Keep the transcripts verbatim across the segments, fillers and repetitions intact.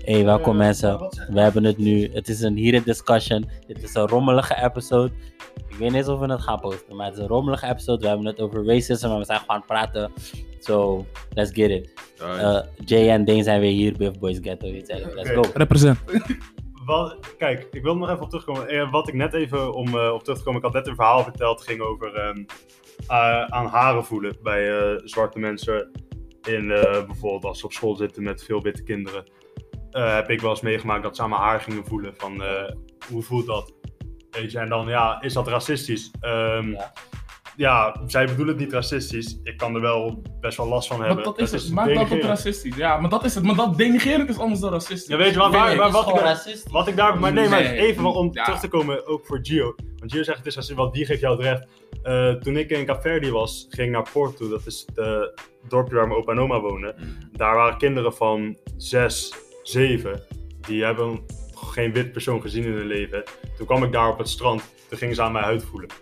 Hey, welkom mensen. We hebben het nu. Het is een heated discussion. Dit is een rommelige episode. Ik weet niet eens of we het gaan posten, maar het is een rommelige episode. We hebben het over racism, maar we zijn gewoon aan het praten. So, let's get it. Uh, Jay en Dane zijn weer hier, Biff Boys Ghetto. Let's okay. go. Represent. Wat, kijk, ik wil nog even op terugkomen. Wat ik net even, om uh, op terug te komen, ik had net een verhaal verteld, ging over um, uh, aan haren voelen bij uh, zwarte mensen. In, uh, bijvoorbeeld als ze op school zitten met veel witte kinderen. Uh, heb ik wel eens meegemaakt dat ze aan mijn haar gingen voelen van uh, hoe voelt dat? Weet je, en dan ja, is dat racistisch? Um, ja. ja, zij bedoelen het niet racistisch. Ik kan er wel best wel last van hebben. Maar dat is het, het is maakt dat het racistisch. Ja, maar dat is het. Maar dat denigreren is anders dan racistisch. Ja, weet je, maar, waar, nee, waar, wat, ik daar, wat ik daar... Maar nee, maar nee. even om ja. terug te komen ook voor Gio. Want Gio zegt het is racistisch, want die geeft jou het recht. Uh, toen ik in Kaapverdi was, ging ik naar Porto. Dat is het dorpje waar mijn opa en oma wonen. Mm. Daar waren kinderen van zes, zeven. Die hebben geen wit persoon gezien in hun leven. Toen kwam ik daar op het strand. Toen gingen ze aan mijn huid voelen.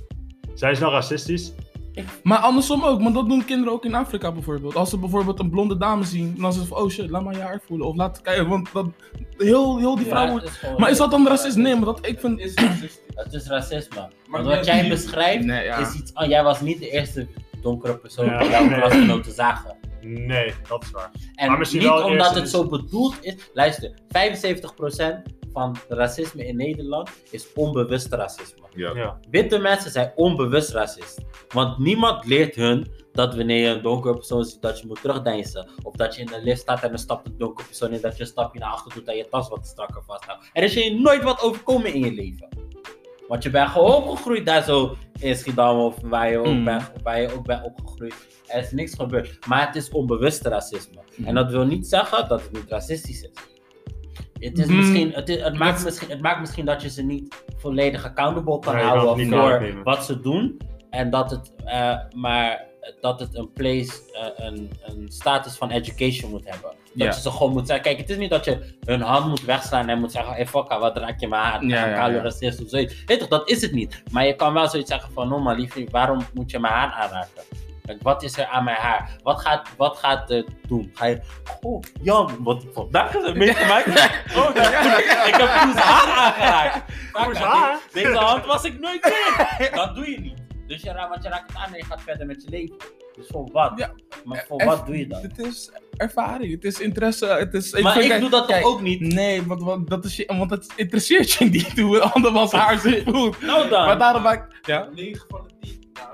Zijn ze nou racistisch? Maar andersom ook, want dat doen kinderen ook in Afrika bijvoorbeeld. Als ze bijvoorbeeld een blonde dame zien, dan zeggen ze van, oh shit, laat maar je haar voelen. Of laat kijken, want dat, heel, heel die vrouw wordt... Ja, maar is dat dan racisme? Nee, maar dat ik vind... Is racisme. Het is racisme. Want wat jij beschrijft, nee, ja. is iets... Oh, jij was niet de eerste donkere persoon ja, die jouw nee. klasgenoten zagen. Nee, dat is waar. En maar niet wel omdat het is... zo bedoeld is... Luister, vijfenzeventig procent van racisme in Nederland is onbewust racisme. Ja. Ja. Witte mensen zijn onbewust racist. Want niemand leert hun dat wanneer je een donkere persoon ziet dat je moet terugdeinzen. Of dat je in een lift staat en dan stapt een donkere persoon in dat je een stapje naar achter doet en je tas wat strakker vasthoudt. Er is je nooit wat overkomen in je leven. Want je bent gewoon opgegroeid daar zo in Schiedam of waar je ook, mm. bent, waar je ook bent opgegroeid. Er is niks gebeurd. Maar het is onbewust racisme. Mm. En dat wil niet zeggen dat het niet racistisch is. Het, is mm. misschien, het, is, het, maakt misschien, het maakt misschien dat je ze niet volledig accountable kan nee, houden voor wat ze doen. En dat het, uh, maar dat het een place, uh, een, een status van education moet hebben. Dat ja. je ze gewoon moet zeggen, kijk, het is niet dat je hun hand moet wegslaan en moet zeggen, hey fokka, wat raak je me aan, ja, ja, kale ja. racist of zoiets. Weet toch, dat is het niet. Maar je kan wel zoiets zeggen van, no maar liefje, waarom moet je mijn haar aanraken? Wat is er aan mijn haar? Wat gaat, wat gaat het doen? Ga je... Oh, Jan, wat vandaag is het meegemaakt? Oh, ik heb Koes haar aangeraakt. Koes haar? Deze hand was ik nooit meer. Dat doe je niet. Dus je, want je raakt het aan en je gaat verder met je leven. Dus voor wat? Ja, maar voor er, wat doe je dat? Het is ervaring, het is interesse. Het is, maar ik, ik kijk, doe dat kijk, toch ook niet? Nee, want, want, dat is je, want het interesseert je niet hoe een andermans haar zich voelt. Nou dan. Maar daarom maak ik... Ja? negen van de tien. Ja,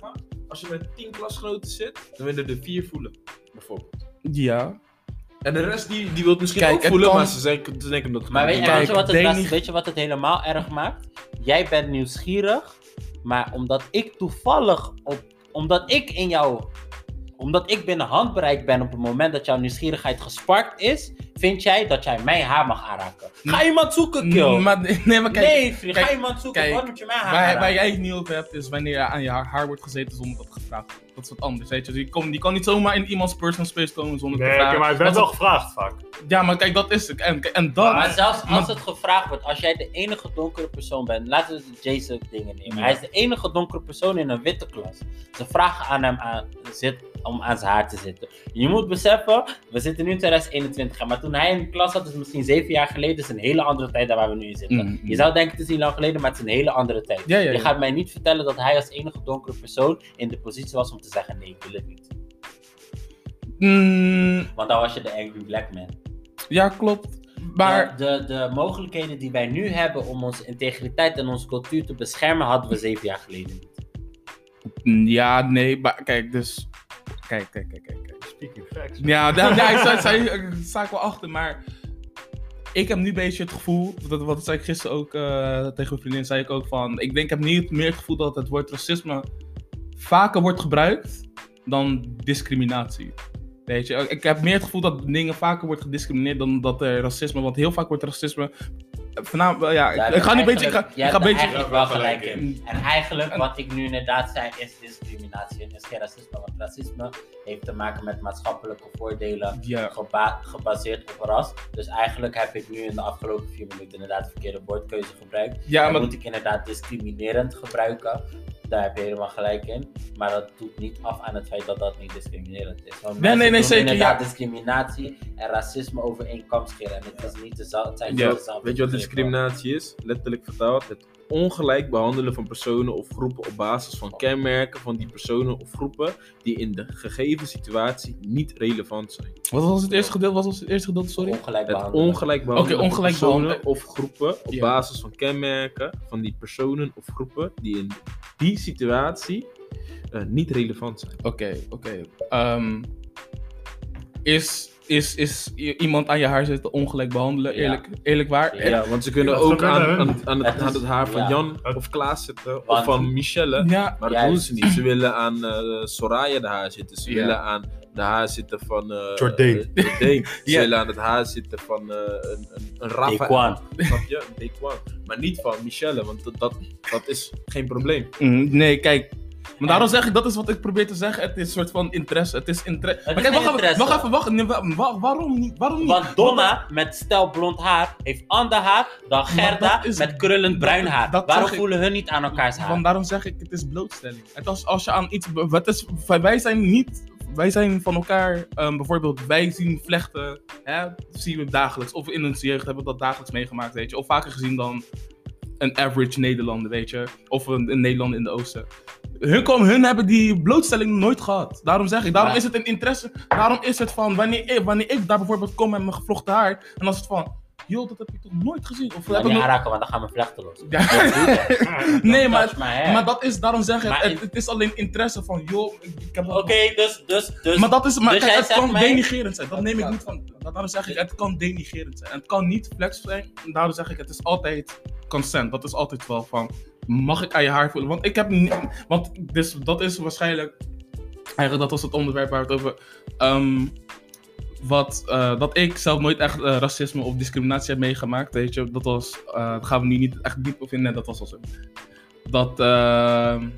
als je met tien klasgenoten zit, dan willen er vier voelen, bijvoorbeeld. Ja. En de rest die, die wil het misschien Kijk, ook voelen, kan... maar ze, zijn, ze denken dat het maar weet je, Kijk, weet, je wat het was, weet je wat het helemaal erg maakt? Jij bent nieuwsgierig, maar omdat ik toevallig, op, omdat ik in jou, omdat ik binnen handbereik ben op het moment dat jouw nieuwsgierigheid gesparkt is, vind jij dat jij mijn haar mag aanraken. Ga iemand zoeken, kill. Maar, nee, maar kijk, nee, vriend, kijk, ga iemand zoeken, kijk, wat moet je mijn haar waar, waar jij het niet over hebt, is wanneer je aan je haar wordt gezeten zonder dat gevraagd. Dat is wat anders, weet je. Dus je, kom, je kan niet zomaar in iemands personal space komen zonder nee, te vragen. Nee, maar het werd wel het... gevraagd vaak. Ja, maar kijk, dat is het. En, en dat... Maar zelfs als maar... het gevraagd wordt, als jij de enige donkere persoon bent, laten we de Jason dingen nemen. Ja. Hij is de enige donkere persoon in een witte klas. Ze vragen aan hem aan, zit, om aan zijn haar te zitten. Je moet beseffen, we zitten nu in twintig eenentwintig, maar toen hij in de klas zat, dus misschien zeven jaar geleden, is een hele andere tijd dan waar we nu in zitten. Mm-hmm. Je zou denken, het is niet lang geleden, maar het is een hele andere tijd. Ja, ja, ja. Je gaat mij niet vertellen dat hij als enige donkere persoon in de positie was om te zeggen, nee, ik wil het niet. Mm. Want dan was je de angry black man. Ja, klopt. Maar... De, de, de mogelijkheden die wij nu hebben om onze integriteit en onze cultuur te beschermen, hadden we zeven jaar geleden niet. Ja, nee, maar kijk, dus... Kijk, kijk, kijk, kijk. kijk. Speaking facts. Ja, daar ja, sta ik wel achter, maar... Ik heb nu een beetje het gevoel, dat, wat zei ik gisteren ook uh, tegen mijn vriendin, zei ik ook van... Ik denk, ik heb niet meer het gevoel dat het woord racisme vaker wordt gebruikt dan discriminatie. Weet je, ik heb meer het gevoel dat dingen vaker worden gediscrimineerd dan dat er racisme, want heel vaak wordt racisme... Voornamelijk, ja, ja, ik ga niet een beetje... Ik ga, ja, ik ga een beetje... eigenlijk wel gelijk in. En eigenlijk, wat ik nu inderdaad zei, is discriminatie. En is geen racisme, want racisme heeft te maken met maatschappelijke voordelen, ja. geba- gebaseerd op ras. Dus eigenlijk heb ik nu in de afgelopen vier minuten inderdaad de verkeerde woordkeuze gebruikt. Ja, maar... Dan moet ik inderdaad discriminerend gebruiken. daar heb je helemaal gelijk in. Maar dat doet niet af aan het feit dat dat niet discriminerend is. Want Nee, nee, nee, mensen doen zeker, inderdaad ja. discriminatie en racisme over één kam scheren. En het is niet dezelfde. Het zijn niet Ja, dezelfde weet je wat begrippen. discriminatie is? Letterlijk vertaald, het ongelijk behandelen van personen of groepen op basis van kenmerken van die personen of groepen die in de gegeven situatie niet relevant zijn. Wat was het eerste gedeelte? Wat was het eerste gedeelte, sorry? Ongelijk Het behandelen. ongelijk behandelen Oké, ongelijk van personen behandelen. of groepen op Ja. basis van kenmerken van die personen of groepen die in die situatie uh, niet relevant zijn. Oké, oké. Ehm, Is, is, is i- iemand aan je haar zitten ongelijk behandelen? Ja. Eerlijk, eerlijk waar? Ja. Ja, want ze kunnen Dat ook gebeurt aan, bij hun. aan, aan, het, Het is- aan het haar van ja. Jan Het- of Klaas zitten, of Want- van Michelle. Ja, Maar dat Juist. doen ze niet. Ze willen aan uh, Soraya de haar zitten. Ze Ja. willen aan de haar zitten van... uh, Jourdain. uh, Jourdain. Ze Ja. willen aan het haar zitten van uh, een, een, een Rafa. Daquan. Snap je? Een Daquan. Maar niet van Michelle, want dat, dat, dat is geen probleem. Mm, nee, kijk. Maar daarom zeg ik, dat is wat ik probeer te zeggen. Het is een soort van interesse. Het is interesse. Maar is kijk, geen wacht even, interesse. wacht even, wacht. Nee, wa- wa- waarom niet? Waarom niet? Want Donna met stel blond haar heeft ander haar dan Maar Gerda dat is- met krullend bruin dat- haar. dat Waarom zeg ik. voelen hun niet aan elkaars haar? Want daarom zeg ik, het is blootstelling. Het als, als je aan iets... Wat is, wij zijn niet... Wij zijn van elkaar... ehm, bijvoorbeeld, wij zien vlechten. Hè, dat zien we dagelijks. Of in ons jeugd hebben we dat dagelijks meegemaakt, weet je. Of vaker gezien dan een average Nederlander, weet je. Of een, een Nederlander in de Oosten. Hun, kom, hun hebben die blootstelling nooit gehad. Daarom zeg ik, daarom Maar- is het een interesse. Daarom is het van, wanneer ik, wanneer ik daar bijvoorbeeld kom met mijn gevlochten haar. En dan is het van, joh, dat heb ik toch nooit gezien. Of Dan heb niet ik nog... aanraken, want dan gaan mijn vlechten los. Ja. Nee, Touch maar, my hair. maar dat is, daarom zeg ik, Maar het, in- het is alleen interesse van, joh, ik, ik heb Oké, dus, dus, dus. Maar dat is, maar dus kijk, jij het zegt kan mij- denigrerend zijn. Dat neem ik Ja. niet van. Daarom zeg ik, het kan denigrerend zijn. En het kan niet flex zijn. En daarom zeg ik, het is altijd consent. Dat is altijd wel van, mag ik aan je haar voelen? Want ik heb niet, want dus, dat is waarschijnlijk, eigenlijk dat was het onderwerp waar we het over, ehm, wat, eh, dat ik zelf nooit echt eh, racisme of discriminatie heb meegemaakt, weet je. Dat was, eh daar gaan we nu niet echt diep op in, nee, dat was al zo. Dat, ehm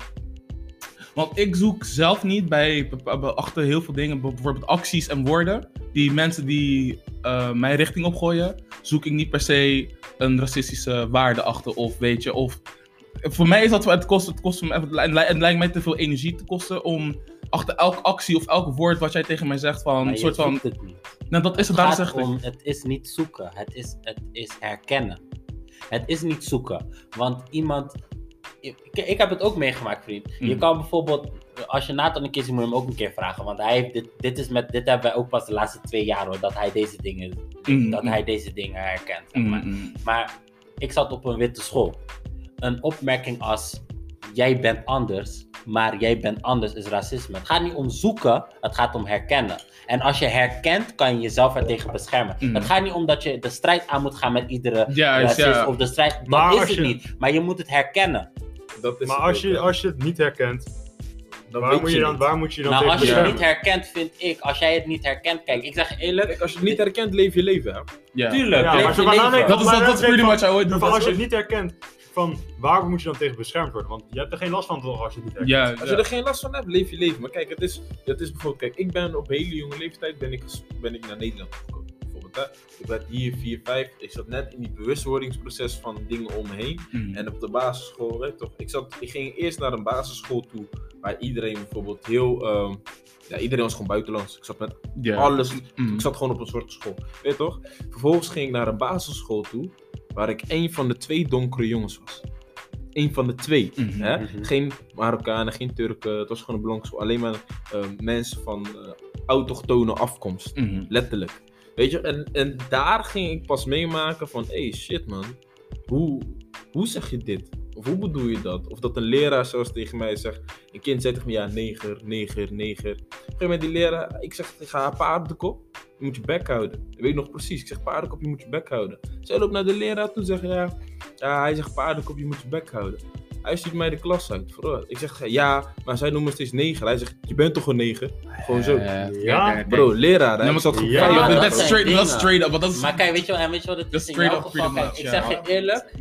want ik zoek zelf niet bij, bij- achter heel veel dingen, bijvoorbeeld acties en woorden, die mensen die eh, mijn richting opgooien, zoek ik niet per se een racistische waarde achter of weet je, of voor mij is dat, het kost, het kost me, het lijkt, het lijkt mij te veel energie te kosten om achter elke actie of elk woord wat jij tegen mij zegt van, Maar een je soort van, zoekt het niet. nou dat is het, Het daarom gaat zeg ik. om, het is niet zoeken, het is, het is herkennen. Het is niet zoeken, want iemand... Ik, ik heb het ook meegemaakt, vriend. Je Mm. kan bijvoorbeeld, als je Nathan een keer ziet, moet je hem ook een keer vragen. Want hij heeft dit, dit, is met, dit hebben wij ook pas de laatste twee jaar hoor, dat hij deze dingen, Mm, dat mm. hij deze dingen herkent. Zeg maar. Mm, mm. Maar ik zat op een witte school. Een opmerking als, jij bent anders, maar jij bent anders is racisme. Het gaat niet om zoeken, het gaat om herkennen. En als je herkent, kan je jezelf er tegen beschermen. Mm. Het gaat niet om dat je de strijd aan moet gaan met iedere Juist, racist ja. of de strijd. Maar Dat is als het je- niet. Maar je moet het herkennen. Dat is Maar het als ook, je, hè. als je het niet herkent, Dan waar weet moet je dan, niet. waar moet je dan Nou, tegen als je het beschermen? niet herkent, vind ik, als jij het niet herkent, kijk, ik zeg je eerlijk, Kijk, als je het niet herkent, leef je leven, hè? Ja. tuurlijk, Ja, leef maar je zo maar leven. nadenken- Dat is, dat, dat is pretty much how I do. Maar als je het niet herkent, van waar moet je dan tegen beschermd worden? Want je hebt er geen last van toch als je het niet herkent. Ja, Als ja. je er geen last van hebt, leef je leven. Maar kijk, het is, het is bijvoorbeeld, kijk, ik ben op hele jonge leeftijd ben ik, ges- ben ik naar Nederland gekomen. Bijvoorbeeld, hè. Ik werd hier vier, vijf, ik zat net in die bewustwordingsproces van dingen om me heen. Mm. En op de basisschool, weet je toch, ik, zat, ik ging eerst naar een basisschool toe, waar iedereen bijvoorbeeld heel, ehm, ja, iedereen was gewoon buitenlands. Ik zat met Ja. alles, Mm. ik zat gewoon op een zwarte school, weet je toch. Vervolgens ging ik naar een basisschool toe, waar ik één van de twee donkere jongens was. Eén van de twee. Mhm. Hè? Mhm. Geen Marokkanen, geen Turken, het was gewoon een blanke school. Alleen maar eh, mensen van eh, autochtone afkomst, Mhm. letterlijk. Weet je, en, en daar ging ik pas meemaken van, hey shit man, hoe, hoe zeg je dit? Of hoe bedoel je dat? Of dat een leraar zoals tegen mij zegt, een kind zei tegen me, ja, neger, neger, neger. Op een gegeven moment die leraar, ik zeg, ik ga paardenkop, je moet je bek houden. Ik weet nog precies, ik zeg paardenkop, je moet je bek houden. Zij loopt naar de leraar toe en zegt, ja, ja, hij zegt paardenkop, je moet je bek houden. Hij stuurt mij de klas uit. Voor, ik zeg, ja, maar zij noemen me steeds neger. Hij zegt, je bent toch een neger? Gewoon zo. Eh, Ja, kijk, Bro, leraar, hè? Ja, maar- Ik zat Ja, Ja, maar dat dat is zijn straight, dat is dingen. straight up. want Dat is, Maar kijk, weet je wel, en weet je wat het dat is is in jouw straight up geval? pretty Kijk, much. ik zeg je ja. eerlijk,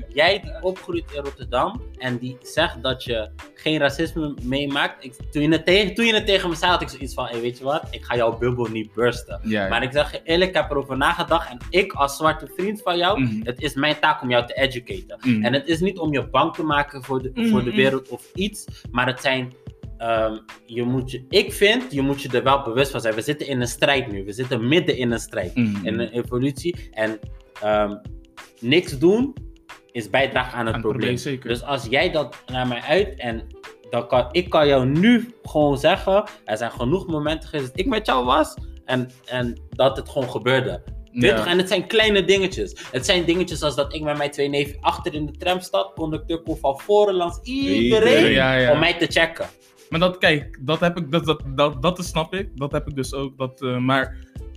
jij die opgroeit in Rotterdam en die zegt dat je geen racisme meemaakt. Ik, toen, je het tegen, toen je het tegen me zei, had ik zoiets van, hey, weet je wat, ik ga jouw bubbel niet bursten. Ja, ja. Maar ik zeg je eerlijk, ik heb erover nagedacht en ik als zwarte vriend van jou, Mm. het is mijn taak om jou te educaten. Mm. En het is niet om je bang te maken voor de, Mm, voor de mm. wereld of iets, maar het zijn... Um, je moet je, ik vind, je moet je er wel bewust van zijn. We zitten in een strijd nu. We zitten midden in een strijd. Mm. In een evolutie. En um, niks doen is bijdragen aan het Aan het probleem. probleem, zeker. Dus als jij dat naar mij uit en dan kan, ik kan jou nu gewoon zeggen, er zijn genoeg momenten geweest dat ik met jou was en, en dat het gewoon gebeurde. Weet Ja. toch? En het zijn kleine dingetjes. Het zijn dingetjes als dat ik met mijn twee neven achter in de tram sta, conducteur komt van voren langs iedereen Iedereen, ja, ja. om mij te checken. Maar dat, kijk, dat heb ik, dat, dat, dat, dat snap ik. Dat heb ik dus ook. Dat, uh, maar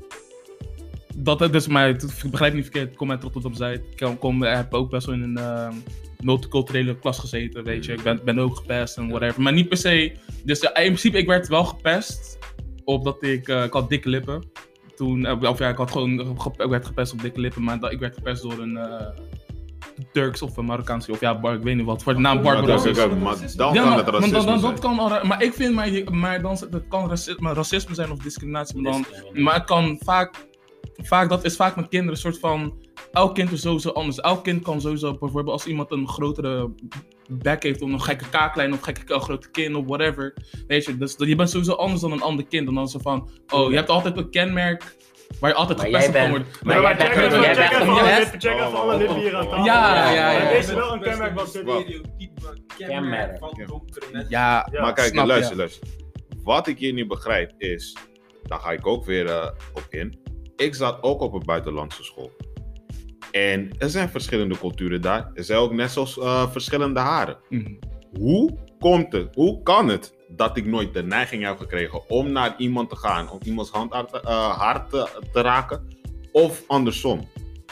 dat heb dus mij, ik begrijp niet verkeerd, ik kom uit Rotterdam-Zuid. Ik kom, kom, heb ook best wel in een uh, multiculturele klas gezeten, weet je. Ik ben, ben ook gepest en whatever. Maar niet per se, dus uh, in principe, ik werd wel gepest, omdat ik, uh, ik had dikke lippen. Toen, uh, of ja, ik had gewoon, ge- ik werd gepest op dikke lippen, maar dat, ik werd gepest door een uh, Turks of een Marokkaanse, of ja, bar, ik weet niet wat, voor de naam Maar, Barbaros. dat, kijk, maar dan Ja, kan maar, het maar, racisme dan, dan, zijn. dat kan al, ra- maar ik vind, maar, je- maar dan, dat kan racisme, racisme zijn of discriminatie, maar, dan, Discriminatie. maar het kan vaak, vaak, dat is vaak met kinderen een soort van, elk kind is sowieso anders. Elk kind kan sowieso, bijvoorbeeld als iemand een grotere bek heeft, of een gekke kaaklijn, of gekke grote kin, of whatever, weet je, dus je bent sowieso anders dan een ander kind. En dan is het van, oh, je hebt altijd een kenmerk waar je altijd Maar gepest jij op kan bent- worden. maar jij check bent- even, jij check bent even alle gepest. lippen, check even alle lippen hier aan tafel. Ja, ja, ja. Er is wel een kenmerk wat zit. Stereotype kenmerk van Ja. donkere mensen. Ja, Ja, Maar kijk, snap, luister, ja. luister. Wat ik hier niet begrijp is, daar ga ik ook weer uh, op in. Ik zat ook op een buitenlandse school. En er zijn verschillende culturen daar. Er zijn ook net zoals uh, verschillende haren. Mhm. Hoe komt het, hoe kan het dat ik nooit de neiging heb gekregen om naar iemand te gaan, om iemands hand aan te, uh, haar te, te raken, of andersom?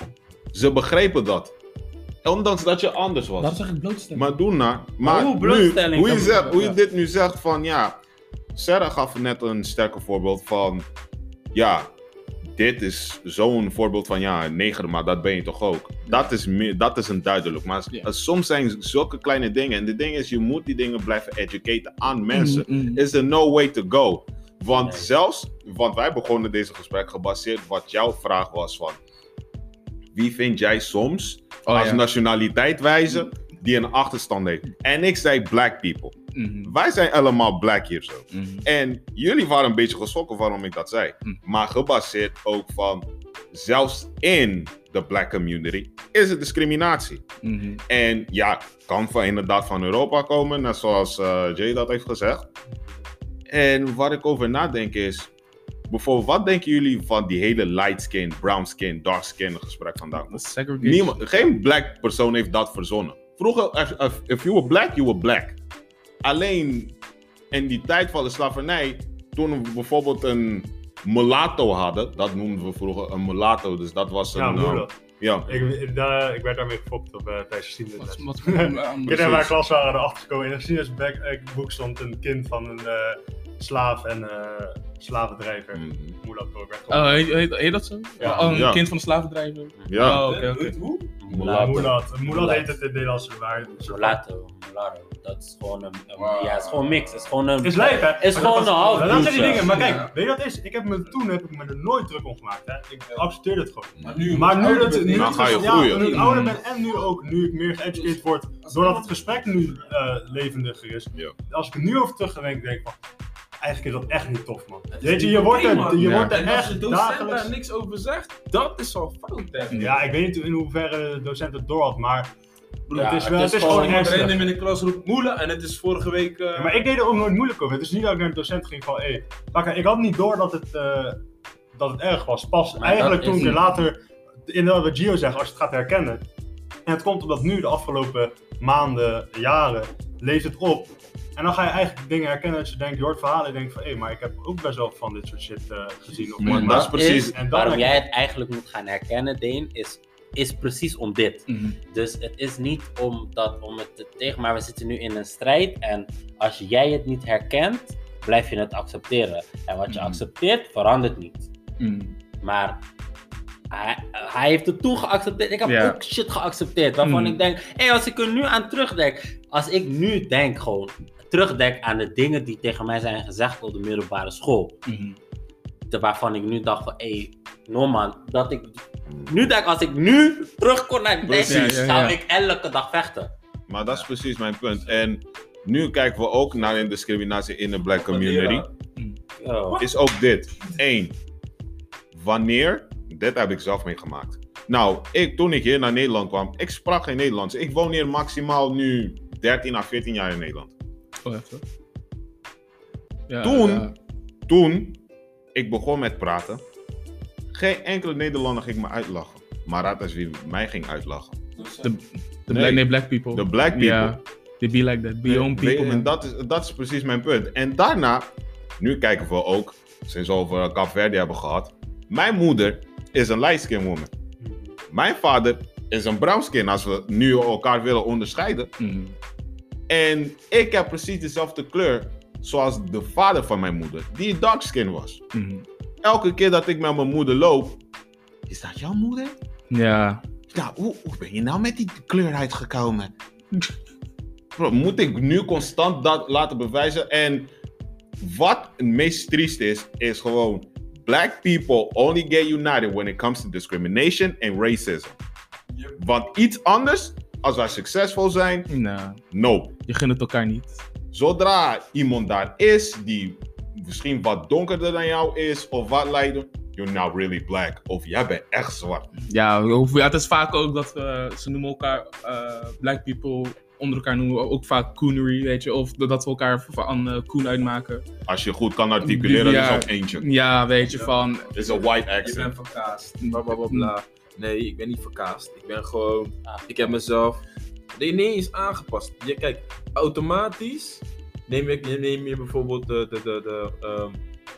Ze begrepen dat. Ondanks dat je anders was. Dat zeg ik blootstellen. Maar doe nou. Maar hoe nu, blootstelling hoe, je kan- zegt, hoe je ja. dit nu zegt van ja. Sarah gaf net een sterker voorbeeld van ja, dit is zo'n voorbeeld van ja, neger, maar dat ben je toch ook. Dat is, meer, dat is een duidelijk. Maar Ja. soms zijn zulke kleine dingen. En de ding is, je moet die dingen blijven educaten aan mensen. Mm, mm. Is there no way to go? Want Nee. zelfs, want wij begonnen deze gesprek gebaseerd wat jouw vraag was van wie vind jij soms Oh, als ja. nationaliteit wijze die een achterstand heeft? En ik zei black people. Mhm. Wij zijn allemaal black hier zo. Mhm. En jullie waren een beetje geschrokken waarom ik dat zei. Hm. Maar gebaseerd ook van zelfs in de black community is het discriminatie. Mhm. En ja, kan van inderdaad van Europa komen, net zoals uh, Jay dat heeft gezegd. En waar ik over nadenk is, bijvoorbeeld, wat denken jullie van die hele light skin, brown skin, dark skin gesprek vandaag? Dat is segregation. Niemand, geen black persoon heeft dat verzonnen. Vroeger, if, if- if you were black, you were black. Alleen in die tijd van de slavernij, toen we bijvoorbeeld een mulatto hadden, dat noemden we vroeger een mulatto, dus dat was een... Ja, uh, moeder. ja. Ik, ik, daar- ik werd daarmee gefopt op uh, tijdens Wat, geschiedenis. wat, Kinderen wat, in mijn klas waren erachter gekomen. In het geschiedenisboek stond een kind van een uh, slaaf en uh, slavendrijver. Mhm. Mulatto. Ik werd oh, gewoon... heet, heet, heet dat zo? Ja. Oh, een Ja. kind van een slavendrijver? Ja. Oh, oké, oké. Hoe? Mulatto. Mulat. Mulat Mulat. heet het in het Nederlands. Maar Mulatto. Mulatto. Dat is gewoon een, een Wow. ja, het is gewoon mix. Het is gewoon een... is lijp, hè? Is Maar gewoon dat een was- half. Dat zijn die dingen. Maar kijk, Ja. weet je wat het is? Ik heb me, toen heb ik me er nooit druk om gemaakt. Hè? Ik accepteerde het gewoon. Maar nu, Maar nu dat het nu Dan het ga je ges- ja, groeien. nu ik ouder ben en nu ook, nu ik meer geëducated word, doordat het gesprek nu uh, levendiger is. Ja. Als ik er nu over terugdenk, denk ik van, eigenlijk is dat echt niet tof, man. Het is Weet je, niet je wordt oké, er, man. je Ja. wordt er En als de echt docent dagelijks... daar niks over zegt, dat is al fout, hè. Ja, ik weet niet in hoeverre de docent het door had, maar Ja, het is, wel, het het is is gewoon gewoon ernstig. Iedereen in de klas roept moelen en het is vorige week... uh, Ja, maar ik deed er ook nooit moeilijk over. Het is niet dat ik naar de docent ging van, hé, hey, ik had niet door dat het, uh, dat het erg was. Pas Maar eigenlijk dat toen is- ik er later, inderdaad wat Gio zegt, als je het gaat herkennen. En het komt omdat nu, de afgelopen maanden, jaren, leeft het op. En dan ga je eigenlijk dingen herkennen dat je denkt, je hoort verhalen en je denkt van, hé, hey, maar ik heb ook best wel van dit soort shit uh, gezien. Of Maar wat. dat is precies- en dan waarom herken- jij het eigenlijk moet gaan herkennen, Deen, is, is precies om dit. Mhm. Dus het is niet om, dat, om het te tegen, maar we zitten nu in een strijd en als jij het niet herkent, blijf je het accepteren. En wat je Mhm. accepteert, verandert niet. Mhm. Maar Hij, hij heeft het toen geaccepteerd. Ik heb Ja. ook shit geaccepteerd. Waarvan Mm. ik denk, hé, hey, als ik er nu aan terugdenk. Als ik nu denk gewoon, terugdenk aan de dingen die tegen mij zijn gezegd op de middelbare school. Mhm. De, waarvan ik nu dacht van, hé, hey, no man, dat ik... Nu denk als ik nu terug kon naar Precies. deze, Ja, ja, zou ja. ik elke dag vechten. Maar dat is precies mijn punt. En nu kijken we ook naar een discriminatie in de black community. Yo. Is ook dit. Eén. Wanneer, dit heb ik zelf meegemaakt. Nou, ik, toen ik hier naar Nederland kwam, ik sprak geen Nederlands. Ik woon hier maximaal nu dertien à veertien jaar in Nederland. Oh, even. Ja, Toen, ja. toen ik begon met praten, geen enkele Nederlander ging me uitlachen. Maar raad eens wie mij ging uitlachen. De, de Nee. black, nee, black people. De black people. Ja, they be like that. Be your own Weet je, people, en man. dat is, dat is precies mijn punt. En daarna, nu kijken we ook, sinds we over Cape Verde hebben gehad. Mijn moeder is een light skin woman. Mijn vader is een brown skin, als we nu elkaar willen onderscheiden. Mhm. En ik heb precies dezelfde kleur zoals de vader van mijn moeder, die dark skin was. Mhm. Elke keer dat ik met mijn moeder loop, is dat jouw moeder? Ja. Nou, hoe, hoe ben je nou met die kleur uitgekomen? Bro, moet ik nu constant dat laten bewijzen? En wat het meest triest is, is gewoon black people only get united when it comes to discrimination and racism. Want iets anders, als wij succesvol zijn, Nou, nope. je gunt het elkaar niet. Zodra iemand daar is die misschien wat donkerder dan jou is, of wat lijkt, you're now really black. Of jij bent echt zwart. Ja, hoe- ja, het is vaak ook dat we, ze noemen elkaar, eh, black people, onder elkaar noemen we ook vaak coonery, weet je. Of dat we elkaar van uh, coon uitmaken. Als je goed kan articuleren, Ja. is ook eentje. Ja, weet je, Ja. van... Is een white Ik ben accent. verkaasd. Bla bla bla bla. Nee, ik ben niet verkaasd. Ik ben gewoon. Ah. Ik heb mezelf. Nee, nee, is aangepast. Je, kijk, automatisch neem je, neem je bijvoorbeeld de, de, de, de, ehm,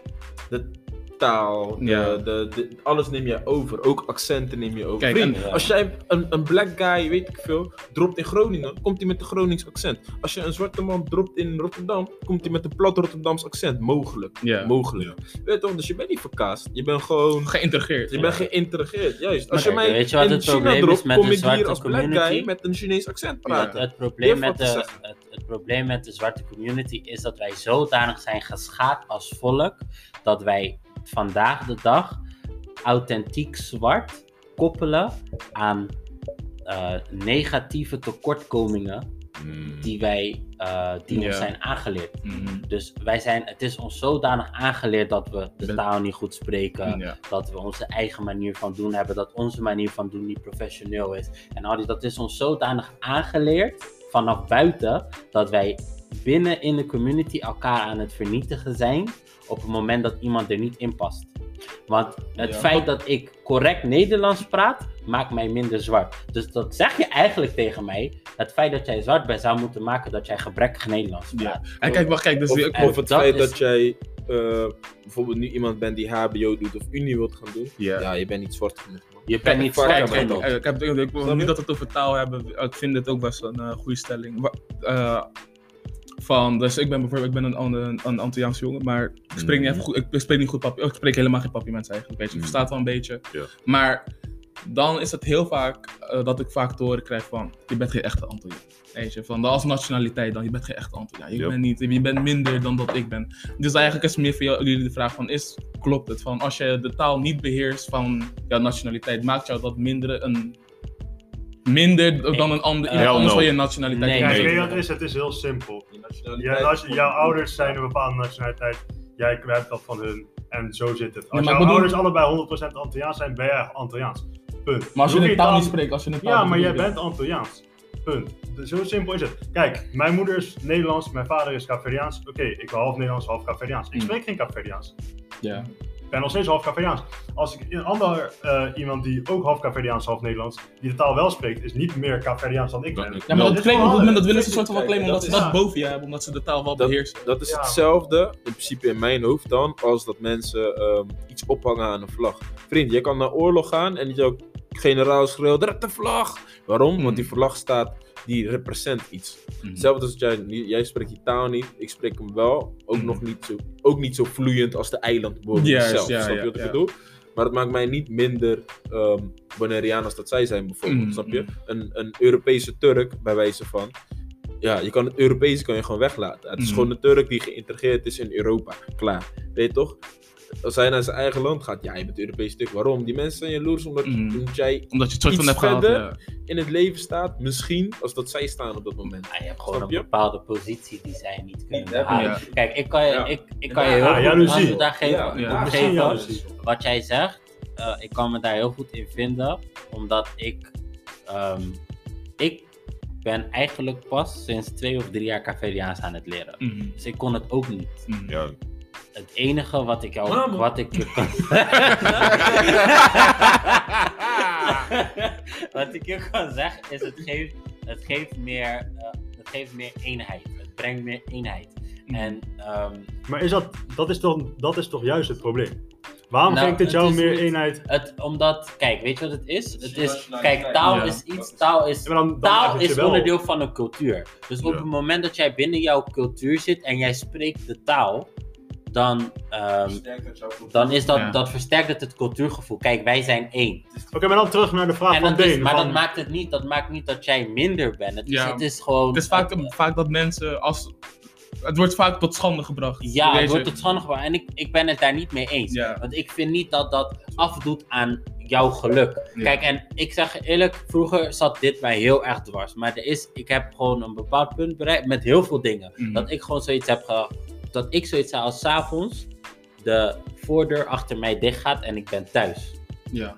de taal, de, Ja. de, de, alles neem je over. Ook accenten neem je over. Kijk, Vriend, en- als jij een, een black guy, weet ik veel, dropt in Groningen, komt hij met een Gronings accent. Als je een zwarte man dropt in Rotterdam, komt hij met een plat Rotterdams accent. Mogelijk. Ja. Mogelijk. Weet je toch, dus je bent niet verkaasd. Je bent gewoon. Geïntegreerd. Je bent geïntegreerd, juist. Als Maar je kijk, mij weet je wat in het China probleem is dropt, met kom de ik hier zwarte als black community? guy met een Chinees accent Het, praten. het, probleem Durf met wat te de, zeggen. het, het probleem met de zwarte community is dat wij zodanig zijn geschaad als volk dat wij vandaag de dag authentiek zwart koppelen aan eh, negatieve tekortkomingen Hmm. die, wij, eh, die Ja. ons zijn aangeleerd. Mhm. Dus wij zijn, het is ons zodanig aangeleerd dat we de Ben- taal niet goed spreken, Ja. dat we onze eigen manier van doen hebben, dat onze manier van doen niet professioneel is. En al die, dat is ons zodanig aangeleerd vanaf buiten, dat wij binnen in de community elkaar aan het vernietigen zijn op het moment dat iemand er niet in past. Want het Ja. feit dat ik correct Nederlands praat, maakt mij minder zwart. Dus dat zeg je eigenlijk tegen mij. Het feit dat jij zwart bent zou moeten maken dat jij gebrekkig Nederlands praat. En kijk, wacht, kijk, dus Of, weer- en of het dat feit is- dat jij eh, bijvoorbeeld nu iemand bent die H B O doet of Unie wilt gaan doen. Ja. Ja, je bent niet zwart genoeg, man. Je bent niet Kijk, zwart Kijk, Kijk, genoeg. kijk, ik, heb, ik wil Snap niet je? dat we het over taal hebben. Ik vind dit ook best een eh, goede stelling. Wa- eh, van, dus ik ben bijvoorbeeld ik ben een, een, een Antilliaanse jongen, maar ik spreek niet Mhm. even goed. Ik spreek niet goed papi. Ik spreek helemaal geen papiaments eigenlijk. Weet je, je Mhm. verstaat wel een beetje. Ja. Maar dan is het heel vaak eh, dat ik vaak te horen krijg van, je bent geen echte Antilliaan. Weet je, van als nationaliteit dan, je bent geen echte Antilliaan. Je, Yep. bent niet, je bent minder dan dat ik ben. Dus eigenlijk is meer voor jou- jullie de vraag van, is, klopt het? Van als je de taal niet beheerst van jouw nationaliteit, maakt jou dat minder een minder dan een ander Eh, iemand hell anders no. van je nationaliteit. Nee, Ja, is. ik nee. weet wat het is. Het is heel simpel. Die Ja, nationaliteit. als je, jouw ouders zijn een bepaalde nationaliteit, jij hebt dat van hun. En zo zit het. Als maar ik jouw bedoel- ouders allebei honderd procent Antilliaans zijn, ben jij Antilliaans. Punt. Maar als je Hoef de taal taal- niet spreekt, als je de taal Ja, niet maar jij spreekt. bent Antilliaans. Punt. Dus zo simpel is het. Kijk, mijn moeder is Nederlands, mijn vader is Kaapverdiaans. Oké, ik ben half Nederlands, half Kaapverdiaans. Ik Mm. spreek geen Kaapverdiaans. Ja. Ik ben nog steeds half Kaapverdiaans. Als ik een ander eh, iemand die ook half Kaapverdiaans, half Nederlands, die de taal wel spreekt, is niet meer Kaapverdiaans dan ik ben. Ja, Ja, maar dat, is claimen, gewoon- dat, dat willen ze een soort van wel claimen omdat ze dat dat is- boven je hebben, omdat ze de taal wel Dat- beheersen. Dat is Ja. hetzelfde, in principe in mijn hoofd dan, als dat mensen ehm, iets ophangen aan een vlag. Vriend, jij kan naar oorlog gaan en jouw generaal schreeuwt, druk de vlag! Waarom? Mm. Want die vlag staat, die represent iets. Mhm. Hetzelfde als jij, jij spreekt die taal niet, ik spreek hem wel, ook Mhm. nog niet zo, ook niet zo vloeiend als de eilandbewoners Juist, zelf. ja, Snap ja, je wat ik ja. bedoel? Maar het maakt mij niet minder um, Bonaireaans dat zij zijn, bijvoorbeeld. Mm. Snap je? Een, een Europese Turk, bij wijze van. Ja, je kan het Europese kan je gewoon weglaten. Het is Mm. gewoon een Turk die geïntegreerd is in Europa. Klaar. Weet je toch? Als hij naar zijn eigen land gaat, ja, je bent Europees Turk. Waarom? Die mensen zijn jaloers omdat, Mm. omdat jij Omdat je het soort van iets hebt gehad. verder Ja. in het leven staat. Misschien als dat zij staan op dat moment. Ja, je hebt gewoon Snap een je? bepaalde positie die zij niet kunnen hebben, halen. ja. Kijk, ik kan je, Ja. ik, ik kan je Ja, heel goed jaloezie. antwoord daar geven. Ja, ja. Misschien geven. jaloezie. Wat jij zegt, uh, ik kan me daar heel goed in vinden, omdat ik, um, ik ben eigenlijk pas sinds twee of drie jaar Caveriaans aan het leren. Mhm. Dus ik kon het ook niet. Mhm. Ja. Het enige wat ik jou, Mama. wat ik je kan, wat ik je kan zeggen is, het geeft, het geeft meer, uh, het geeft meer eenheid. Het brengt meer eenheid. Mhm. En um, Maar is dat, dat, is toch, dat is toch juist het probleem? Waarom Nou, brengt het het jou is meer niet- eenheid? het, omdat, kijk, weet je wat het is? Het is, nationaliteit. kijk, taal Ja. is iets, taal is, Ja, maar dan, dan taal eigenlijk is je wel- onderdeel van een cultuur. Dus op Ja. het moment dat jij binnen jouw cultuur zit en jij spreekt de taal, dan, ehm, dan is dat, Ja. dat versterkt het, het cultuurgevoel. Kijk, wij zijn één. Oké, maar dan terug naar de vraag En van dat is, Deen. maar van- dat maakt het niet, dat maakt niet dat jij minder bent. Het is, Ja. het is gewoon... Het is vaak, vaak dat mensen als... Het wordt vaak tot schande gebracht. Ja, Weet het je? wordt tot schande gebracht. En ik, ik ben het daar niet mee eens. Ja. Want ik vind niet dat dat afdoet aan jouw geluk. Ja. Kijk, en ik zeg je eerlijk, vroeger zat dit mij heel erg dwars. Maar er is, ik heb gewoon een bepaald punt bereikt met heel veel dingen. Mhm. Dat ik gewoon zoiets heb ge... Dat ik zoiets zei als 's avonds de voordeur achter mij dicht gaat en ik ben thuis. Ja,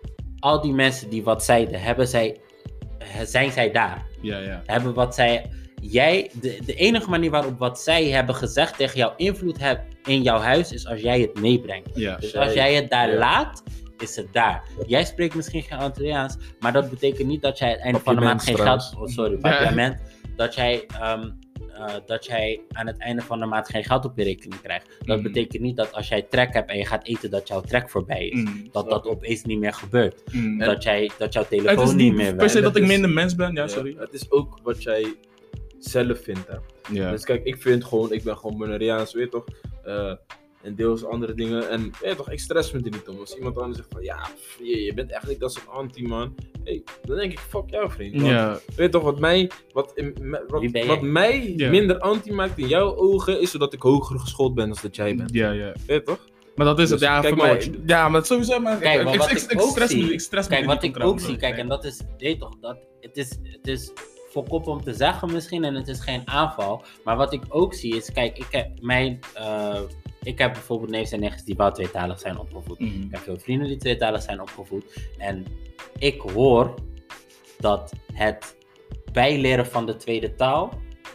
Al die mensen die wat zeiden, hebben zij, zijn zij daar? ja, ja. Hebben wat zij... Jij, de, de enige manier waarop wat zij hebben gezegd tegen jou invloed hebt in jouw huis, is als jij het meebrengt. ja. Dus Zij- als jij het daar ja. laat, is het daar. Jij spreekt misschien geen Antilliaans, maar dat betekent niet dat jij aan het einde van de maand geen Papiament geld... Oh, sorry, Ja. papiament. Dat jij, ehm, eh, dat jij aan het einde van de maand geen geld op je rekening krijgt. Dat Mhm. betekent niet dat als jij trek hebt en je gaat eten, dat jouw trek voorbij is. Mhm. Dat dat opeens niet meer gebeurt. Mhm. Dat, jij, dat jouw Het telefoon is niet niet meer per werkt. se dat ik is- minder mens ben. Ja, Ja, sorry. het is ook wat jij zelf vindt. Hè. Ja. Dus kijk, ik vind gewoon, ik ben gewoon Bonaireaans, weet je toch? Eh, en deels andere dingen. En weet je toch, ik stress me er niet om. Als iemand anders zegt van, ja, pff, je, je bent echt niet als een anti-man. Hey, dan denk ik, fuck jou, vriend. Want, Ja. weet je toch, wat mij, wat, in- me- wat, Wie ben jij? wat mij Ja. minder anti maakt in jouw ogen, is zodat ik hoger geschoold ben dan dat jij bent. Ja, ja. Weet je toch? Maar dat is het, Dus ja, kijk voor maar mij. wat je doet. Ja, maar sowieso, maar Kijk, ik, maar ik, wat ik, ik ik ook stress zie- me, ik stress me Kijk, er wat niet ik om ook trouwens. zie, kijk, en dat is, weet je toch, dat, het is, het is voor kop om te zeggen misschien en het is geen aanval. Maar wat ik ook zie is, kijk, ik heb mijn, uh, ik heb bijvoorbeeld neefs en nichtjes die wel tweetalig zijn opgevoed. Mhm. Ik heb veel vrienden die tweetalig zijn opgevoed. En ik hoor dat het bijleren van de tweede taal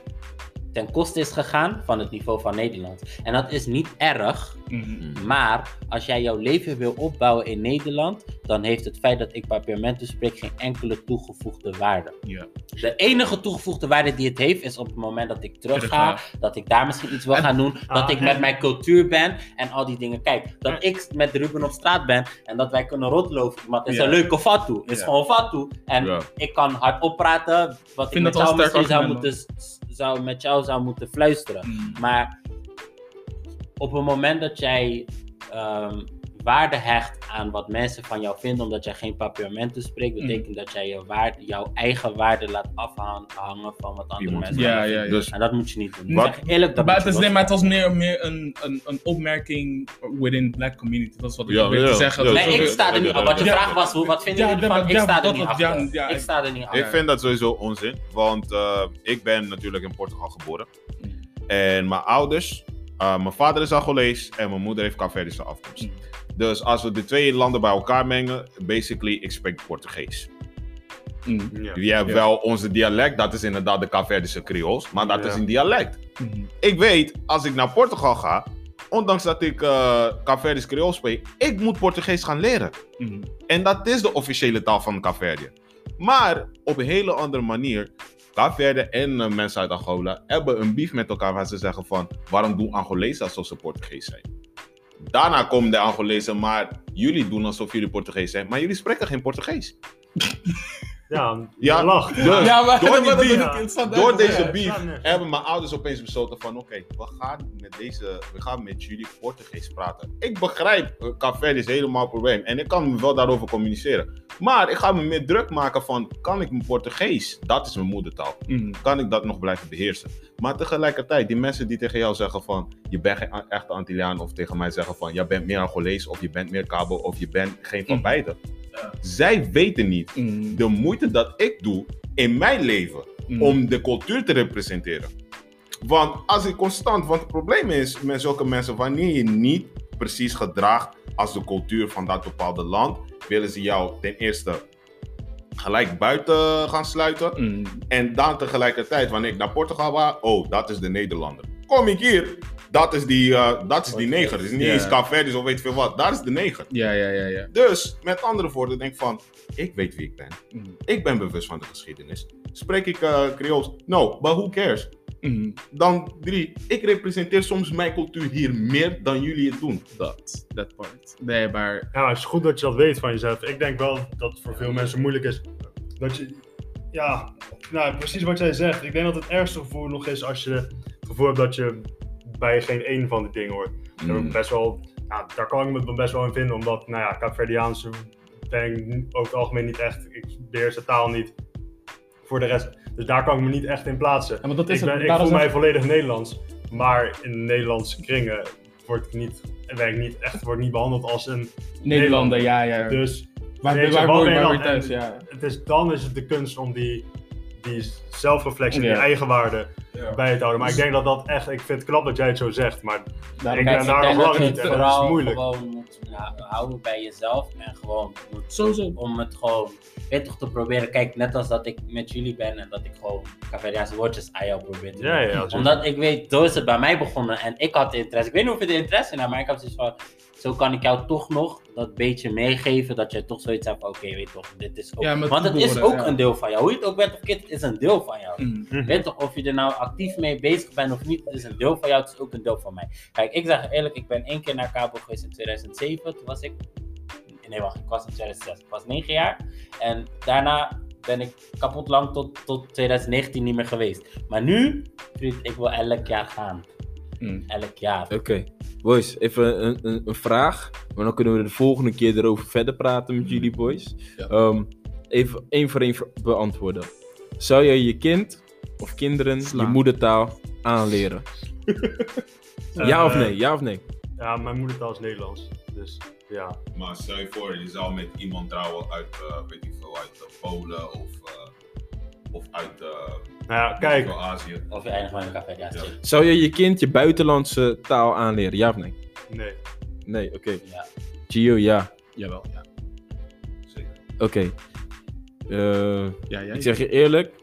ten koste is gegaan van het niveau van Nederland. En dat is niet erg, Mhm. maar als jij jouw leven wil opbouwen in Nederland, dan heeft het feit dat ik Papiamento spreek geen enkele toegevoegde waarde. Ja. De enige toegevoegde waarde die het heeft, is op het moment dat ik terug Terugga. ga, dat ik daar misschien iets wil En- gaan doen, Ah, dat ik en- met mijn cultuur ben en al die dingen. Kijk, dat ik met Ruben op straat ben en dat wij kunnen rondlopen, iemand is Ja. een leuke fatu, is Ja. gewoon fatu. En Ja. ik kan hard oppraten, wat ik vind met dat wel jou een sterk misschien zou argument, moeten, zou, met jou zou moeten fluisteren. Mhm. Maar op het moment dat jij ehm, waarde hecht aan wat mensen van jou vinden, omdat jij geen Papiamento spreekt, betekent dat jij je waarde, jouw eigen waarde laat afhangen van wat andere Iemand. mensen Ja, van jou ja, vinden. ja. Dus En dat moet je niet doen. Wat- Ik zeg eerlijk, dat Maar moet het, je is, nee, maar het loslaten. was meer, meer een, een, een opmerking within black community. Dat is wat ik Ja, probeer ja, te zeggen. ja. Dat Nee, is ik ook- sta er niet Ja, Wat je ja. vraag was, hoe- wat vinden Ja, jullie ja, ervan? Ik ja, sta er dat- niet dat- achter. ja, ja, Ik ik- sta er niet achter. Ik vind dat sowieso onzin, want uh, ik ben natuurlijk in Portugal geboren. En mijn ouders, uh, mijn vader is Angolees en mijn moeder heeft Caverdische afkomst. Mm. Dus als we de twee landen bij elkaar mengen, basically, ik spreek Portugees. Mm. Ja. Je hebt Ja. wel onze dialect, dat is inderdaad de Caverdische Creools, maar dat Ja. is een dialect. Mhm. Ik weet, als ik naar Portugal ga, ondanks dat ik uh, Caverdisch Creools spreek, ik moet Portugees gaan leren. Mhm. En dat is de officiële taal van Caverdië. Maar op een hele andere manier, Caverdië en uh, mensen uit Angola hebben een beef met elkaar waar ze zeggen van, waarom doen Angolezen alsof ze Portugees zijn? Daarna komen de Angolezen, maar jullie doen alsof jullie Portugees zijn, maar jullie spreken geen Portugees. Ja, Ja. je lacht. Dus, Ja, maar, door die maar dat is beef, interessant. door uit. deze Ja, beef ja, nee. hebben mijn ouders opeens besloten van oké, we gaan met deze, we gaan met jullie Portugees praten. Ik begrijp, uh, Café is helemaal een probleem en ik kan me wel daarover communiceren. Maar ik ga me meer druk maken van, kan ik mijn Portugees, dat is mijn moedertaal, Mm. kan ik dat nog blijven beheersen? Maar tegelijkertijd, die mensen die tegen jou zeggen van, je bent geen a- echte Antilliaan, of tegen mij zeggen van, jij bent meer Angolees, of je bent meer Cabo, of je bent geen van Mm. beide. Ja. Zij weten niet Mm. de moeite dat ik doe in mijn leven Mm. om de cultuur te representeren. Want als ik constant, want het probleem is met zulke mensen, wanneer je niet precies gedraagt als de cultuur van dat bepaalde land, willen ze jou ten eerste gelijk buiten gaan sluiten. Mm. En dan tegelijkertijd, wanneer ik naar Portugal was, oh, dat is de Nederlander. Kom ik hier, dat is die, uh, dat is die neger. Het is niet Ja. eens Café, of weet veel wat. Dat is de neger. Ja, ja, ja, ja. Dus, met andere woorden, denk ik van, ik weet wie ik ben. Mm. Ik ben bewust van de geschiedenis. Spreek ik uh, Creools? No, but who cares? Mm. Dan drie, ik representeer soms mijn cultuur hier meer dan jullie het doen. Dat, dat part. Nee, maar... Ja, maar het is goed dat je dat weet van jezelf. Ik denk wel dat het voor veel mensen moeilijk is. Dat je, ja, nou precies wat jij zegt. Ik denk dat het ergste gevoel nog is als je het gevoel hebt dat je bij geen één van die dingen hoort. Mm. Er best wel, ja, daar kan ik me best wel in vinden, omdat, nou ja, Kaapverdiaanse ben ik over het algemeen niet echt. Ik beheers de taal niet voor de rest. Dus daar kan ik me niet echt in plaatsen. Ja, maar dat is Ik, ben, het. ik Daarom voel mij zeg- volledig Nederlands, maar in Nederlandse kringen word ik niet, ben ik niet echt word ik niet behandeld als een Nederlander, ja, ja. dus waar weet je, waar wat hoor ben je je waar dan? weer thuis, En ja. het is, dan is het de kunst om die, die zelfreflectie, Ja. die eigenwaarde Ja. bij te houden. Maar ik denk dat dat echt, ik vind het knap dat jij het zo zegt, maar Daarom- Ik Kijk, ben daar nog denk lang dat je niet, het en dat is vooral moeilijk. gewoon moet ja, houden bij jezelf en gewoon moet, Sowieso. om het gewoon, weet toch, te proberen. Kijk, net als dat ik met jullie ben en dat ik gewoon Caveriaanse woordjes aan jou probeer te doen. ja, ja, ja, Omdat ik weet, zo is het bij mij begonnen en ik had interesse. Ik weet niet of je er interesse in hebt, maar ik had zoiets van, zo kan ik jou toch nog dat beetje meegeven, dat je toch zoiets hebt van, oké, weet toch, dit is ook... Ja, met Want het is toebehoren, ook ja. een deel van jou. Hoe je het ook bent of kind, het is een deel van jou. Mm. Weet toch, of je er nou actief mee bezig bent of niet, het is een deel van jou, het is ook een deel van mij. Kijk, ik zeg eerlijk, ik ben één keer naar Cabo geweest in tweeduizend zeven, toen was ik... Nee, wacht, ik was in tweeduizend zes, ik was negen jaar. En daarna ben ik kapot lang tot, tot tweeduizend negentien niet meer geweest. Maar nu, vriend, ik wil elk jaar gaan. Mm. Elk jaar. Oké, boys, even een, een, een vraag. Maar dan kunnen we de volgende keer erover verder praten met jullie, boys. Ja. Ehm, even één voor één ver- beantwoorden. Zou jij je kind of kinderen Slaan. je moedertaal aanleren? Ja of Eh, nee? Ja of nee? Ja, mijn moedertaal is Nederlands, dus ja. Maar stel je voor, je zou met iemand trouwen uit, uh, weet ik veel, uit uh, Polen of, uh, of uit uh, Nou ja, kijk, veel Azië. Of je eindigt maar in een café, ja, Ja. zeker. Zou je je kind je buitenlandse taal aanleren? Ja of nee? nee. Nee, oké. Ja. Gio, ja. Jawel, ja. Zeker. Oké. Eh, Ja, ja, ik zeg je eerlijk.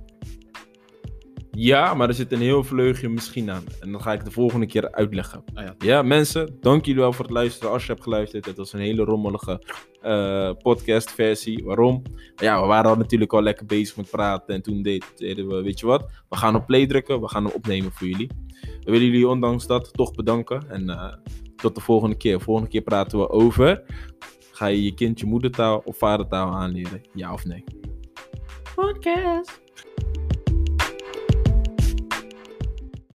Ja, maar er zit een heel vleugje misschien aan. En dan ga ik de volgende keer uitleggen. Ah, ja. Ja, mensen, dank jullie wel voor het luisteren. Als je hebt geluisterd, het was een hele rommelige eh, podcastversie. Waarom? Ja, we waren al natuurlijk al lekker bezig met praten. En toen deed- deden we, weet je wat? We gaan op play drukken. We gaan hem opnemen voor jullie. We willen jullie ondanks dat toch bedanken. En eh, tot de volgende keer. Volgende keer praten we over... Ga je je kind je moedertaal of vadertaal aanleren? Ja of nee? Podcast.